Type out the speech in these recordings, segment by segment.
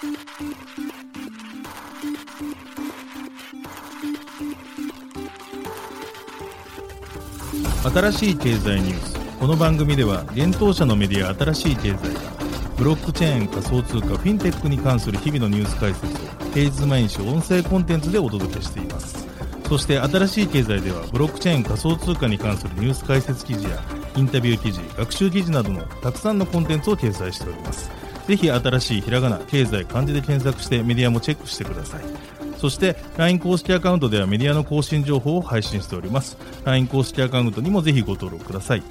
新しい経済ニュース。この番組では現当社のメディア新しい経済がブロックチェーン、仮想通貨、フィンテックに関する日々のニュース解説を平日毎日音声コンテンツでお届けしています。そして新しい経済ではブロックチェーン、仮想通貨に関するニュース解説記事やインタビュー記事、学習記事などのたくさんのコンテンツを掲載しております。ぜひ新しいひらがな、経済、漢字で検索してメディアもチェックしてください。そして LINE 公式アカウントではメディアの更新情報を配信しております。 LINE 公式アカウントにもぜひご登録ください。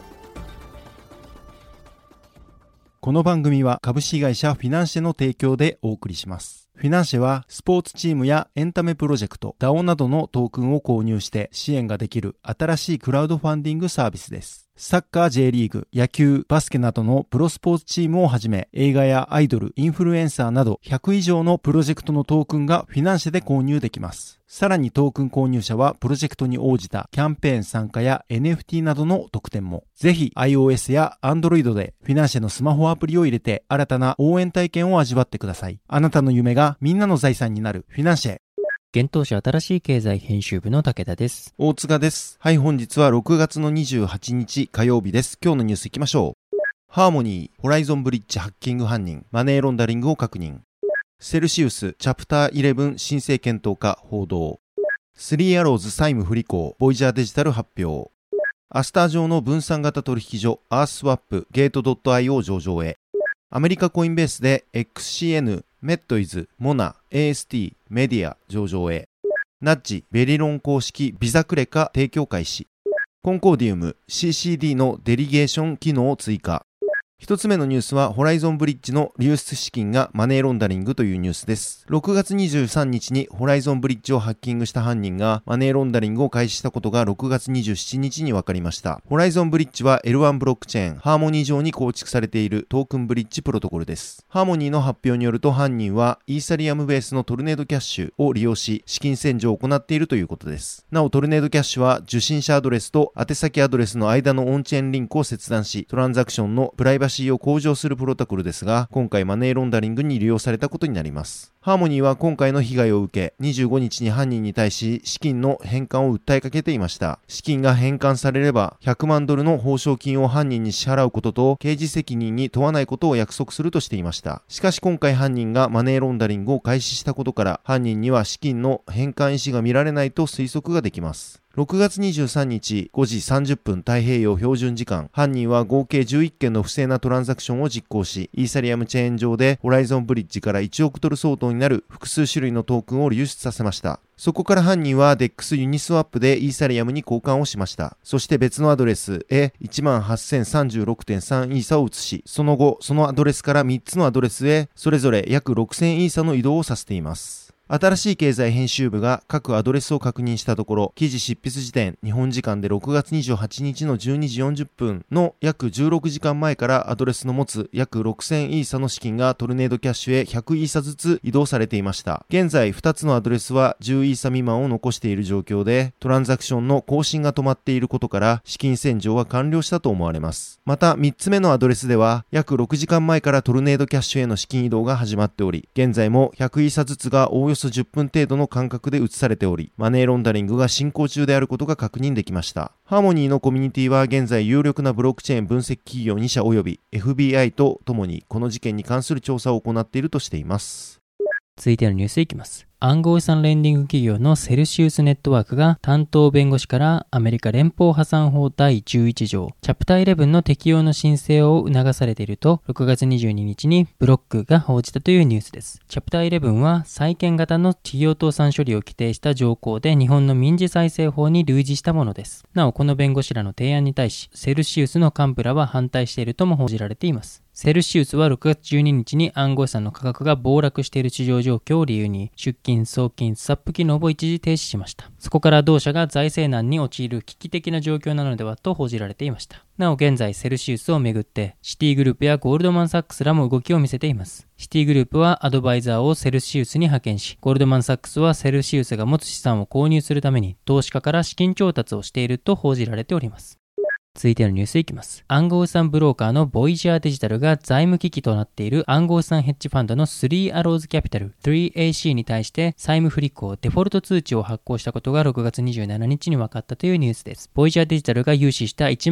この番組は株式会社フィナンシェの提供でお送りします。フィナンシェはスポーツチームやエンタメプロジェクト、DAO などのトークンを購入して支援ができる新しいクラウドファンディングサービスです。サッカー J リーグ、野球、バスケなどのプロスポーツチームをはじめ、映画やアイドル、インフルエンサーなど100以上のプロジェクトのトークンがフィナンシェで購入できます。さらにトークン購入者はプロジェクトに応じたキャンペーン参加や NFT などの特典も。ぜひ iOS や Android でフィナンシェのスマホアプリを入れて新たな応援体験を味わってください。あなたの夢がみんなの財産になるフィナンシェ。 現当社新しい経済編集部の武田です。 大塚です。はい、本日は6月の28日火曜日です。今日のニュースいきましょう。ハーモニー、ホライゾンブリッジハッキング犯人、マネーロンダリングを確認。セルシウス、チャプター11申請検討か報道。スリーアローズ債務不履行、ボイジャーデジタル発表。アスター上の分散型取引所、アースワップ、ゲート .io 上場へ。アメリカコインベースで XCN、メットイズ、モナ、AST、メディア上場へ。ナッジ、ベリロン公式ビザクレカ提供開始。コンコーディウム、CCD のデリゲーション機能を追加。一つ目のニュースはホライゾンブリッジの流出資金がマネーロンダリングというニュースです。6月23日にホライゾンブリッジをハッキングした犯人がマネーロンダリングを開始したことが6月27日に分かりました。ホライゾンブリッジは L1 ブロックチェーン、ハーモニー上に構築されているトークンブリッジプロトコルです。ハーモニーの発表によると犯人はイーサリアムベースのトルネードキャッシュを利用し資金洗浄を行っているということです。なおトルネードキャッシュは受信者アドレスと宛先アドレスの間のオンチェーンリンクを切断しトランザクションのプライバシーを向上するプロトコルですが、今回マネーロンダリングに利用されたことになります。ハーモニーは今回の被害を受け、25日に犯人に対し資金の返還を訴えかけていました。資金が返還されれば100万ドルの報奨金を犯人に支払うことと刑事責任に問わないことを約束するとしていました。しかし今回犯人がマネーロンダリングを開始したことから犯人には資金の返還意思が見られないと推測ができます。6月23日5時30分太平洋標準時間、犯人は合計11件の不正なトランザクションを実行し、イーサリアムチェーン上でホライゾンブリッジから1億ドル相当になる複数種類のトークンを流出させました。そこから犯人は DEX ユニスワップでイーサリアムに交換をしました。そして別のアドレスへ 18,036.3 イーサを移し、その後そのアドレスから3つのアドレスへそれぞれ約 6,000 イーサの移動をさせています。新しい経済編集部が各アドレスを確認したところ、記事執筆時点、日本時間で6月28日の12時40分の約16時間前からアドレスの持つ約 6,000 イーサの資金がトルネードキャッシュへ100イーサずつ移動されていました。現在2つのアドレスは10イーサ未満を残している状況で、トランザクションの更新が止まっていることから資金洗浄は完了したと思われます。また3つ目のアドレスでは約6時間前からトルネードキャッシュへの資金移動が始まっており、現在も100イーサずつがおおよそ10分程度の間隔で移されており、マネーロンダリングが進行中であることが確認できました。ハーモニーのコミュニティは現在有力なブロックチェーン分析企業2社及び FBI とともにこの事件に関する調査を行っているとしています。 続いてのニュースいきます。暗号資産レンディング企業のセルシウスネットワークが担当弁護士からアメリカ連邦破産法第11条チャプター11の適用の申請を促されていると6月22日にブロックが報じたというニュースです。チャプター11は債権型の企業倒産処理を規定した条項で日本の民事再生法に類似したものです。なおこの弁護士らの提案に対しセルシウスの幹部らは反対しているとも報じられています。セルシウスは6月12日に暗号資産の価格が暴落している市場状況を理由に出金、送金、スワップ機能を一時停止しました。そこから同社が財政難に陥る危機的な状況なのではと報じられていました。なお現在セルシウスをめぐってシティグループやゴールドマンサックスらも動きを見せています。シティグループはアドバイザーをセルシウスに派遣し、ゴールドマンサックスはセルシウスが持つ資産を購入するために投資家から資金調達をしていると報じられております。 続いてのニュースいきます。暗号資産ブローカーのボイジャーデジタルが財務危機となっている暗号資産ヘッジファンドの3アローズキャピタル 3AC に対して債務不履行デフォルト通知を発行したことが6月27日に分かったというニュースです。ボイジャーデジタルが融資した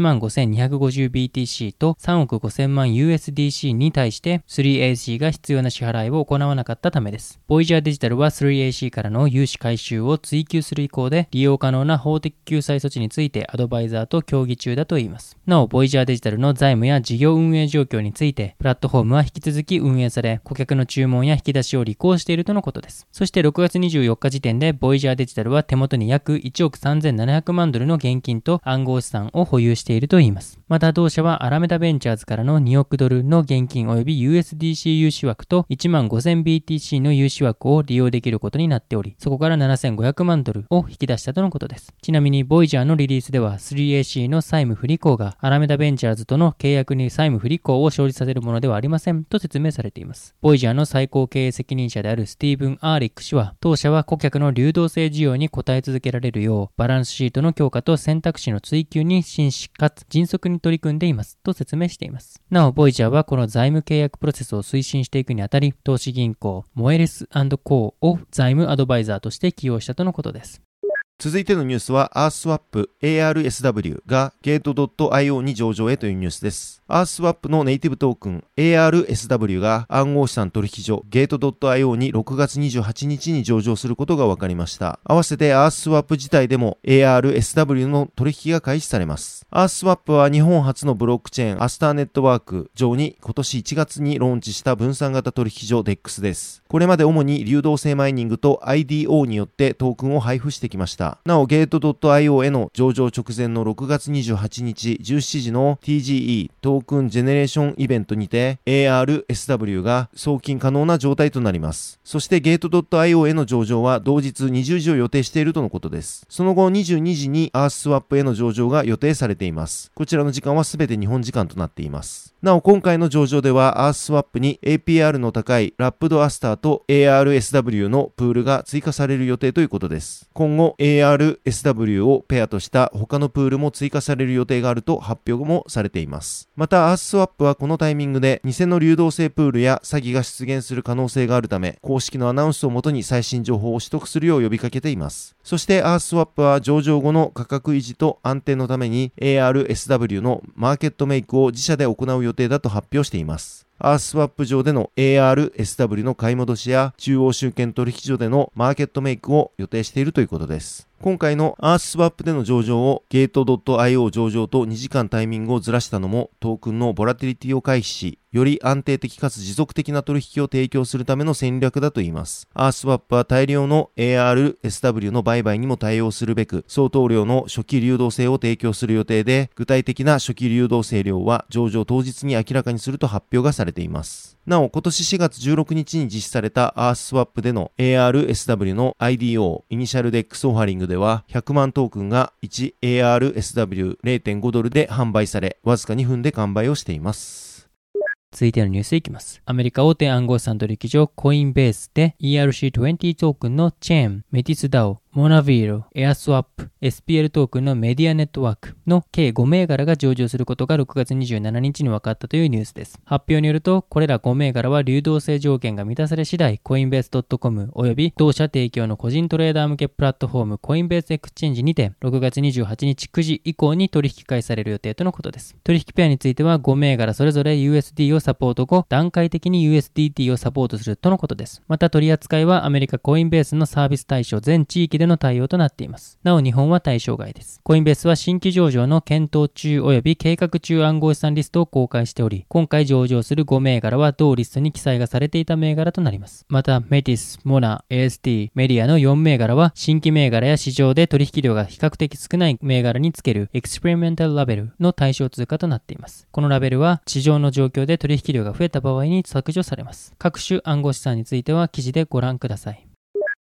15,250BTC と3億5000万 USDC に対して 3AC が必要な支払いを行わなかったためです。ボイジャーデジタルは 3AC からの融資回収を追求する意向で利用可能な法的救済措置についてアドバイザーと協議中だといいます。なお、ボイジャーデジタルの財務や事業運営状況について、プラットフォームは引き続き運営され、顧客の注文や引き出しを履行しているとのことです。そして6月24日時点で、ボイジャーデジタルは手元に約1億3700万ドルの現金と暗号資産を保有しているといいます。また同社はアラメダベンチャーズからの2億ドルの現金及び USDC 融資枠と 15,000BTC の融資枠を利用できることになっており、そこから7500万ドルを引き出したとのことです。ちなみに、ボイジャーのリリースでは 3AC の債務不履行がアラメダベンチャーズとの契約に債務不履行を生じさせるものではありませんと説明されています。ボイジャーの最高経営責任者であるスティーブン・アーリック氏は、当社は顧客の流動性需要に応え続けられるよう、バランスシートの強化と選択肢の追求に真摯かつ迅速に取り組んでいますと説明しています。なお、ボイジャーはこの財務契約プロセスを推進していくにあたり、投資銀行モエレス&コーを財務アドバイザーとして起用したとのことです。 続いてのニュースは ARSWAP ARSW が Gate.io に上場へというニュースです。ARSWAP のネイティブトークン ARSW が暗号資産取引所 Gate.io に6月28日に上場することが分かりました。合わせて ARSWAP 自体でも ARSW の取引が開始されます。ARSWAP は日本初のブロックチェーンアスターネットワーク上に今年1月にローンチした分散型取引所 DEX です。これまで主に流動性マイニングと IDO によってトークンを配布してきました。なお、Gate.io への上場直前の6月28日17時の TGE トークンジェネレーションイベントにて ARSW が送金可能な状態となります。そして Gate.io への上場は同日20時を予定しているとのことです。その後22時に ARSWAP への上場が予定されています。こちらの時間はすべて日本時間となっています。なお、今回の上場では ARSWAP に APR の高いラップドアスターと ARSW のプールが追加される予定ということです。今後 ARSW をペアとした他のプールも追加される予定があると発表もされています。また ARSWAP はこのタイミングで偽の流動性プールや詐欺が出現する可能性があるため、公式のアナウンスをもとに最新情報を取得するよう呼びかけています。そして ARSWAP は上場後の価格維持と安定のために ARSW のマーケットメイクを自社で行う予定だと発表しています。ARSWAP 上での ARSW の買い戻しや中央集権取引所でのマーケットメイクを予定しているということです。今回の ARSWAP での上場を Gate.io 上場と2時間タイミングをずらしたのもトークンのボラティリティを回避し、より安定的かつ持続的な取引を提供するための戦略だといいます。ARSWAP は大量の ARSW の売買にも対応するべく、相当量の初期流動性を提供する予定で、具体的な初期流動性量は上場当日に明らかにすると発表がされています。なお、今年4月16日に実施された ARSWAP での ARSW の IDO イニシャルデックスオファリングでは100万トークンが 1ARSW0.5 ドルで販売され、わずか2分で完売をしています。 続いてのニュースいきます。アメリカ大手暗号資産取引所コインベースで ERC20 トークンのチェーン、メティスダオ、モナビーロ、エアスワップ、SPL トークンのメディアネットワークの計5銘柄が上場することが6月27日に分かったというニュースです。発表によると、これら5銘柄は流動性条件が満たされ次第、コインベース .com および同社提供の個人トレーダー向けプラットフォームコインベースエクスチェンジにて6月28日9時以降に取引開始される予定とのことです。取引ペアについては5銘柄それぞれ USD をサポート後、段階的に USDT をサポートするとのことです。また取り扱いはアメリカコインベースのサービス対象全地域での対応となっています。なお日本は対象外です。コインベースは新規上場の検討中及び計画中暗号資産リストを公開しており、今回上場する5銘柄は同リストに記載がされていた銘柄となります。またメティス、モナ、AST、メディアの4銘柄は新規銘柄や市場で取引量が比較的少ない銘柄につけるエクスペリメンタルラベルの対象通貨となっています。このラベルは市場の状況で取引量が増えた場合に削除されます。各種暗号資産については記事でご覧ください。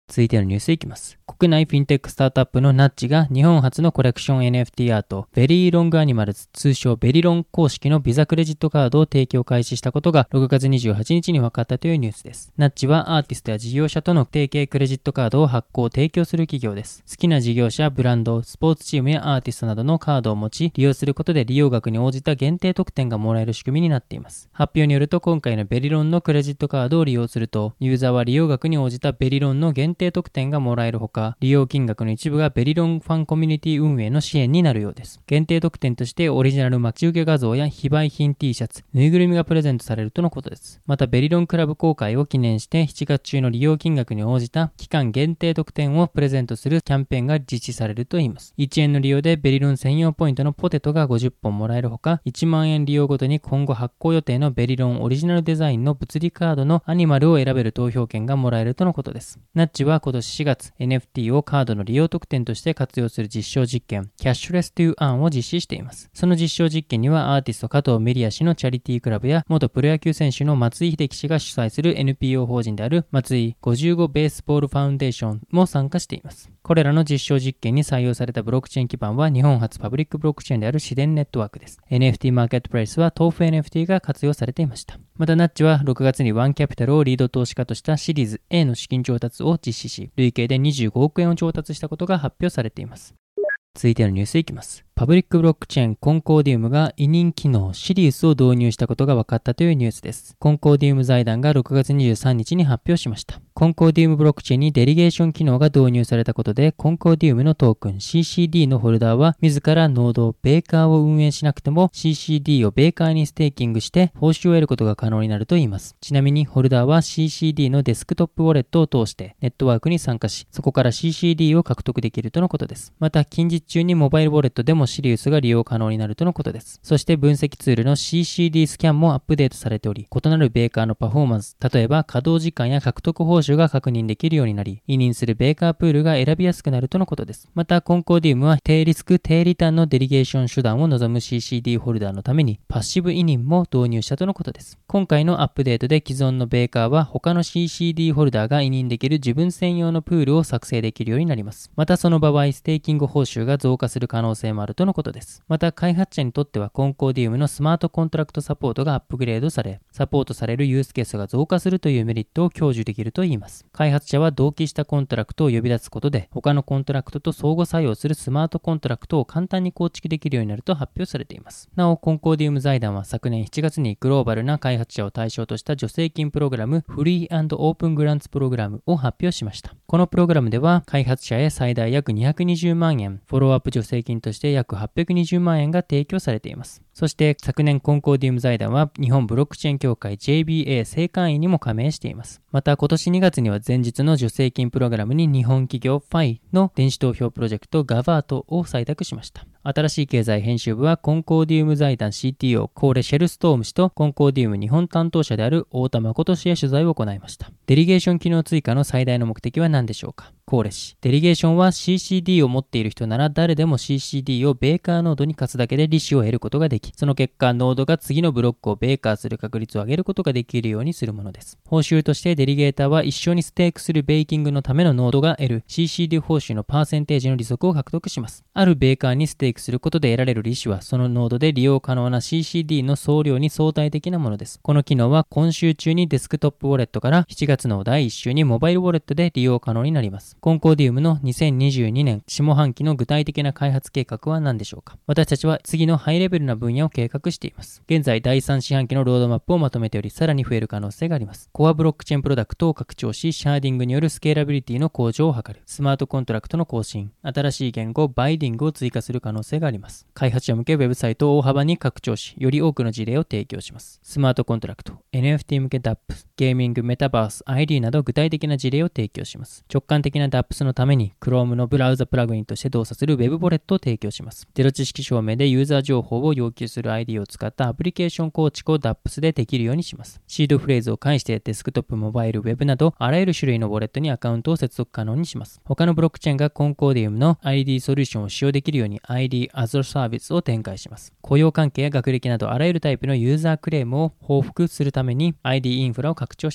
続いてのニュースいきます。国内フィンテックスタートアップのナッジが日本初のコレクション NFT アート、ベリーロングアニマルズ、通称ベリロン公式のビザクレジットカードを提供開始したことが6月28日に分かったというニュースです。ナッジはアーティストや事業者との提携クレジットカードを発行・提供する企業です。好きな事業者、ブランド、スポーツチームやアーティストなどのカードを持ち、利用することで利用額に応じた限定特典がもらえる仕組みになっています。発表によると、今回のベリロンのクレジットカードを利用すると、ユーザーは利用額に応じたベリロンの限定特典がもらえるほか、利用金額の一部がベリロンファンコミュニティ運営の支援になるようです。限定特典としてオリジナル待ち受け画像や非売品 T シャツ、ぬいぐるみがプレゼントされるとのことです。またベリロンクラブ公開を記念して7月中の利用金額に応じた期間限定特典をプレゼントするキャンペーンが実施されるといいます。1円の利用でベリロン専用ポイントのポテトが50本もらえるほか、1万円利用ごとに今後発行予定のベリロンオリジナルデザインの物理カードのアニマルを選べる投票権がもらえるとのことです。ナッチは今年4月 NFT をカードの利用特典として活用する実証実験キャッシュレスto earnを実施しています。その実証実験にはアーティスト加藤メリア氏のチャリティークラブや元プロ野球選手の松井秀喜氏が主催する NPO 法人である松井55ベースボールファウンデーションも参加しています。これらの実証実験に採用されたブロックチェーン基盤は日本初パブリックブロックチェーンである自然ネットワークです。NFT マーケットプレイスは豆腐 NFT が活用されていました。またナッチは6月にワンキャピタルをリード投資家としたシリーズ A の資金調達を実施し、累計で25億円を調達したことが発表されています。続いてのニュースいきます。パブリックブロックチェーンコンコーディウムが委任機能シリウスを導入したことが分かったというニュースです。コンコーディウム財団が6月23日に発表しました。コンコーディウムブロックチェーンにデリゲーション機能が導入されたことで、コンコーディウムのトークン CCD のホルダーは自らノードベーカーを運営しなくても CCD をベーカーにステーキングして報酬を得ることが可能になるといいます。ちなみにホルダーは CCD のデスクトップウォレットを通してネットワークに参加し、そこから CCD を獲得できるとのことです。また近日中にモバイルウォレットでもシリウスが利用可能になるとのことです。そして分析ツールの CCD スキャンもアップデートされており、異なるベーカーのパフォーマンス、例えば稼働時間や獲得報酬が確認できるようになり、委任するベーカープールが選びやすくなるとのことです。またコンコーディウムは低リスク低リターンのデリゲーション手段を望む CCD ホルダーのためにパッシブ委任も導入したとのことです。今回のアップデートで既存のベーカーは他の CCD ホルダーが委任できる自分専用のプールを作成できるようになります。またその場合ステーキング報酬が増加する可能性もあるとのことです。また開発者にとってはコンコーディウムのスマートコントラクトサポートがアップグレードされ、サポートされるユースケースが増加するというメリットを享受できるといいます。開発者は同期したコントラクトを呼び出すことで、他のコントラクトと相互作用するスマートコントラクトを簡単に構築できるようになると発表されています。なお、コンコーディウム財団は昨年7月にグローバルな開発者を対象とした助成金プログラムフリー&オープングランツプログラムを発表しました。このプログラムでは開発者へ最大約220万円、フォローアップ助成金として約820万円が提供されています。そして昨年コンコーディウム財団は日本ブロックチェーン協会 JBA 正会員にも加盟しています。また今年2月には前日の助成金プログラムに日本企業 FI の電子投票プロジェクト GAVART を採択しました。新しい経済編集部はコンコーディウム財団 CTO コーレ・シェルストーム氏とコンコーディウム日本担当者である太田誠氏へ取材を行いました。デリゲーション機能追加の最大の目的は何でしょうか。コーレ氏、デリゲーションは CCD を持っている人なら誰でも CCD をベーカーノードに貸すだけで利子を得ることができ、その結果ノードが次のブロックをベーカーする確率を上げることができるようにするものです。報酬としてデリゲーターは一緒にステークするベーキングのためのノードが得る CCD 報酬のパーセンテージの利息を獲得します。あるベーカーにステークすることで得られる利子はそのノードで利用可能な CCD の総量に相対的なものです。この機能は今週中にデスクトップウォレットから7月の第1週にモバイルウォレットで利用可能になります。コンコーディウムの2022年下半期の具体的な開発計画は何でしょうか。私たちは次のハイレベルな分野を計画しています。現在第3四半期のロードマップをまとめており、さらに増える可能性があります。コアブロックチェーンプロダクトを拡張し、シャーディングによるスケーラビリティの向上を図る。スマートコントラクトの更新、新しい言語バイディングを追加する可能性があります。開発者向けウェブサイトを大幅に拡張し、より多くの事例を提供します。スマートコントラクト、NFT 向け DApps、ゲーミング、メタバース、ID など具体的な事例を提供します。直感的な DApps のために Chrome のブラウザプラグインとして動作する Web ウォレットを提供します。ゼロ知識証明でユーザー情報を要求する ID を使ったアプリケーション構築を DApps でできるようにします。シードフレーズを介してデスクトップ、モバイル、Web などあらゆる種類のウォレットにアカウントを接続可能にします。他のブロックチェーンがコンコーディウムの ID ソリューションを使用できるように ID as a Service を展開します。雇用関係や学歴などあらゆるタイプのユーザークレームを報復するために ID インフラを拡張します。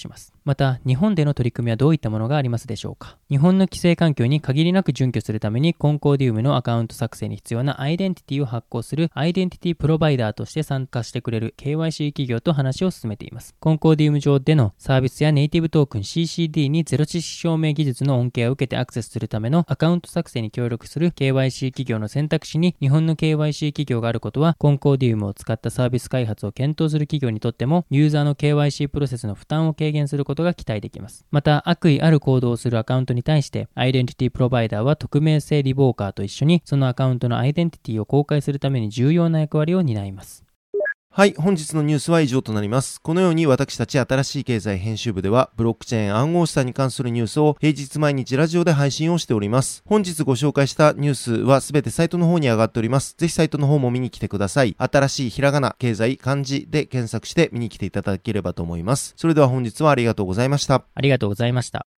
また、日本での取り組みはどういったものがありますでしょうか。日本の規制環境に限りなく準拠するために、コンコーディウムのアカウント作成に必要なアイデンティティを発行するアイデンティティプロバイダーとして参加してくれる KYC 企業と話を進めています。コンコーディウム上でのサービスやネイティブトークン CCD にゼロ知識証明技術の恩恵を受けてアクセスするためのアカウント作成に協力する KYC 企業の選択肢に日本の KYC 企業があることは、コンコーディウムを使ったサービス開発を検討する企業にとってもユーザーの KYC プロセスの負担を軽減することが期待できます。また、悪意ある行動をするアカウントに対してアイデンティティプロバイダーは匿名性リボーカーと一緒にそのアカウントのアイデンティティを公開するために重要な役割を担います。 はい、本日のニュースは以上となります。このように私たち新しい経済編集部ではブロックチェーン暗号資産に関するニュースを平日毎日ラジオで配信をしております。本日ご紹介したニュースはすべてサイトの方に上がっております。ぜひサイトの方も見に来てください。新しいひらがな、経済、漢字で検索して見に来ていただければと思います。それでは本日はありがとうございました。 ありがとうございました。